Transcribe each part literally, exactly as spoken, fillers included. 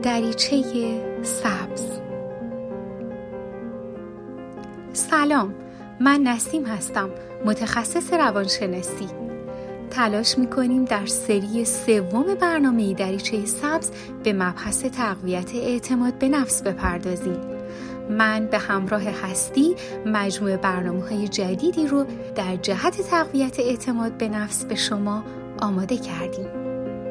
دریچه سبز. سلام، من نسیم هستم، متخصص روانشناسی. تلاش می‌کنیم در سری سوم برنامه دریچه سبز به مبحث تقویت اعتماد به نفس بپردازیم. من به همراه هستی مجموعه برنامه‌های جدیدی رو در جهت تقویت اعتماد به نفس به شما آماده کردیم.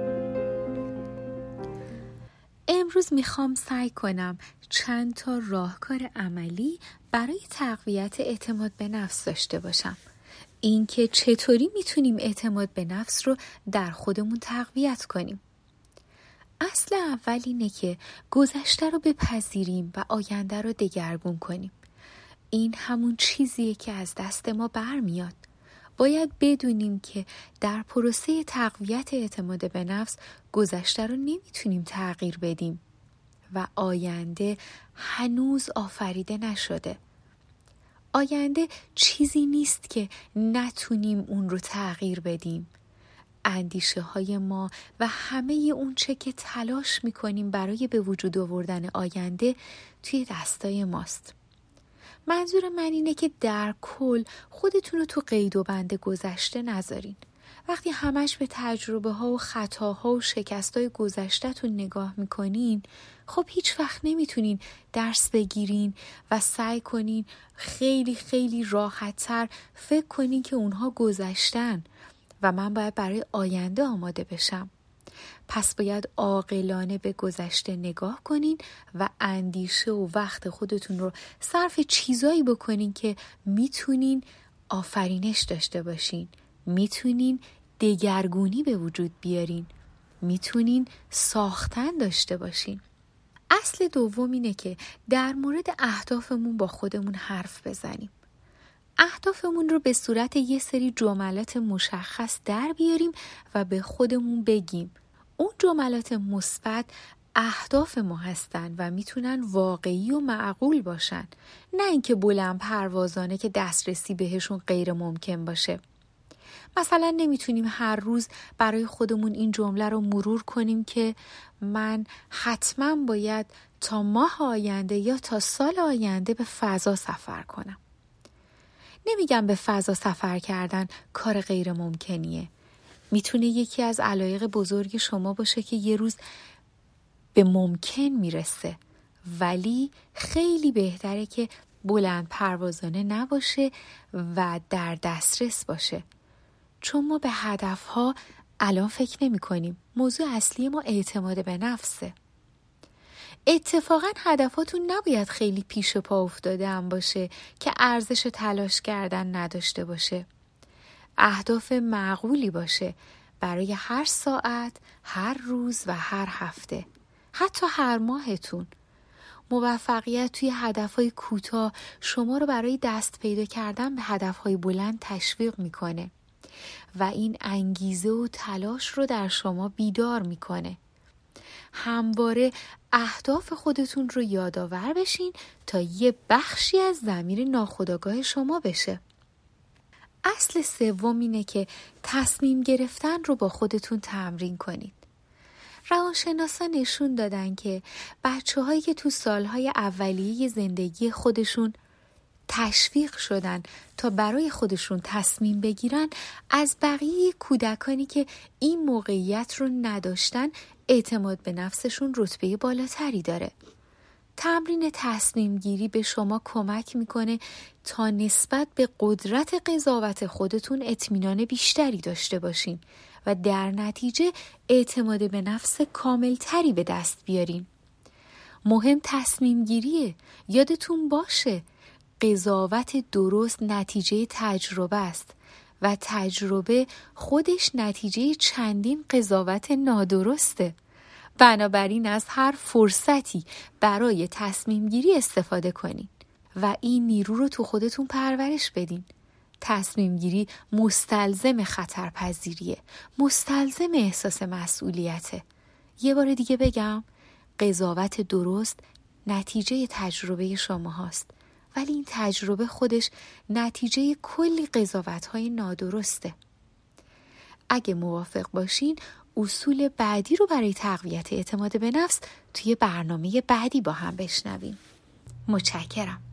امروز میخوام سعی کنم چند تا راهکار عملی برای تقویت اعتماد به نفس داشته باشم. اینکه چطوری میتونیم اعتماد به نفس رو در خودمون تقویت کنیم. اصل اول اینه که گذشته رو بپذیریم و آینده رو دگرگون کنیم. این همون چیزیه که از دست ما برمیاد. باید بدونیم که در پروسه تقویت اعتماد به نفس گذشته رو نمیتونیم تغییر بدیم و آینده هنوز آفریده نشده. آینده چیزی نیست که نتونیم اون رو تغییر بدیم. اندیشه های ما و همه اون چه که تلاش میکنیم برای به وجود آوردن آینده توی دستای ماست. منظور من اینه که در کل خودتون رو تو قید و بند گذشته نذارین. وقتی همش به تجربه ها و خطاها و شکست های گذشته تون نگاه میکنین، خب هیچ وقت نمیتونین درس بگیرین و سعی کنین خیلی خیلی راحت تر فکر کنین که اونها گذشتن و من باید برای آینده آماده بشم. پس باید عاقلانه به گذشته نگاه کنین و اندیشه و وقت خودتون رو صرف چیزایی بکنین که میتونین آفرینش داشته باشین، میتونین دگرگونی به وجود بیارین، میتونین ساختن داشته باشین. اصل دوم اینه که در مورد اهدافمون با خودمون حرف بزنیم. اهدافمون رو به صورت یه سری جملات مشخص در بیاریم و به خودمون بگیم. اون جملات مثبت اهداف ما هستن و میتونن واقعی و معقول باشن، نه اینکه بلند پروازانه که دسترسی بهشون غیر ممکن باشه. مثلا نمیتونیم هر روز برای خودمون این جمله رو مرور کنیم که من حتما باید تا ماه آینده یا تا سال آینده به فضا سفر کنم. نمیگم به فضا سفر کردن کار غیر ممکنیه. میتونه یکی از علایق بزرگ شما باشه که یه روز به ممکن میرسه، ولی خیلی بهتره که بلند پروازانه نباشه و در دسترس باشه. چون ما به هدفها الان فکر نمی کنیم. موضوع اصلی ما اعتماد به نفسه. اتفاقا هدفاتون نباید خیلی پیش پا افتاده هم باشه که ارزش تلاش کردن نداشته باشه. اهداف معقولی باشه برای هر ساعت، هر روز و هر هفته، حتی هر ماهتون. موفقیت توی هدفهای کوتاه شما رو برای دست پیدا کردن به هدفهای بلند تشویق میکنه و این انگیزه و تلاش رو در شما بیدار میکنه. همواره اهداف خودتون رو یادآور بشین تا یه بخشی از ضمیر ناخودآگاه شما بشه. اصل سوم اینه که تصمیم گرفتن رو با خودتون تمرین کنید. روانشناسا نشون دادن که بچه‌هایی که تو سالهای اولیه زندگی خودشون تشویق شدن تا برای خودشون تصمیم بگیرن، از بقیه کودکانی که این موقعیت رو نداشتن اعتماد به نفسشون رتبه بالاتری داره. تمرین تصمیم گیری به شما کمک میکنه تا نسبت به قدرت قضاوت خودتون اطمینان بیشتری داشته باشین و در نتیجه اعتماد به نفس کاملتری به دست بیارین. مهم تصمیم گیریه. یادتون باشه قضاوت درست نتیجه تجربه است و تجربه خودش نتیجه چندین قضاوت نادرسته. بنابراین از هر فرصتی برای تصمیم گیری استفاده کنین و این نیرو رو تو خودتون پرورش بدین. تصمیم گیری مستلزم خطرپذیریه، مستلزم احساس مسئولیته. یه بار دیگه بگم، قضاوت درست نتیجه تجربه شما هاست، ولی این تجربه خودش نتیجه کلی قضاوت‌های نادرسته. اگه موافق باشین اصول بعدی رو برای تقویت اعتماد به نفس توی برنامه بعدی با هم بشنویم. متشکرم.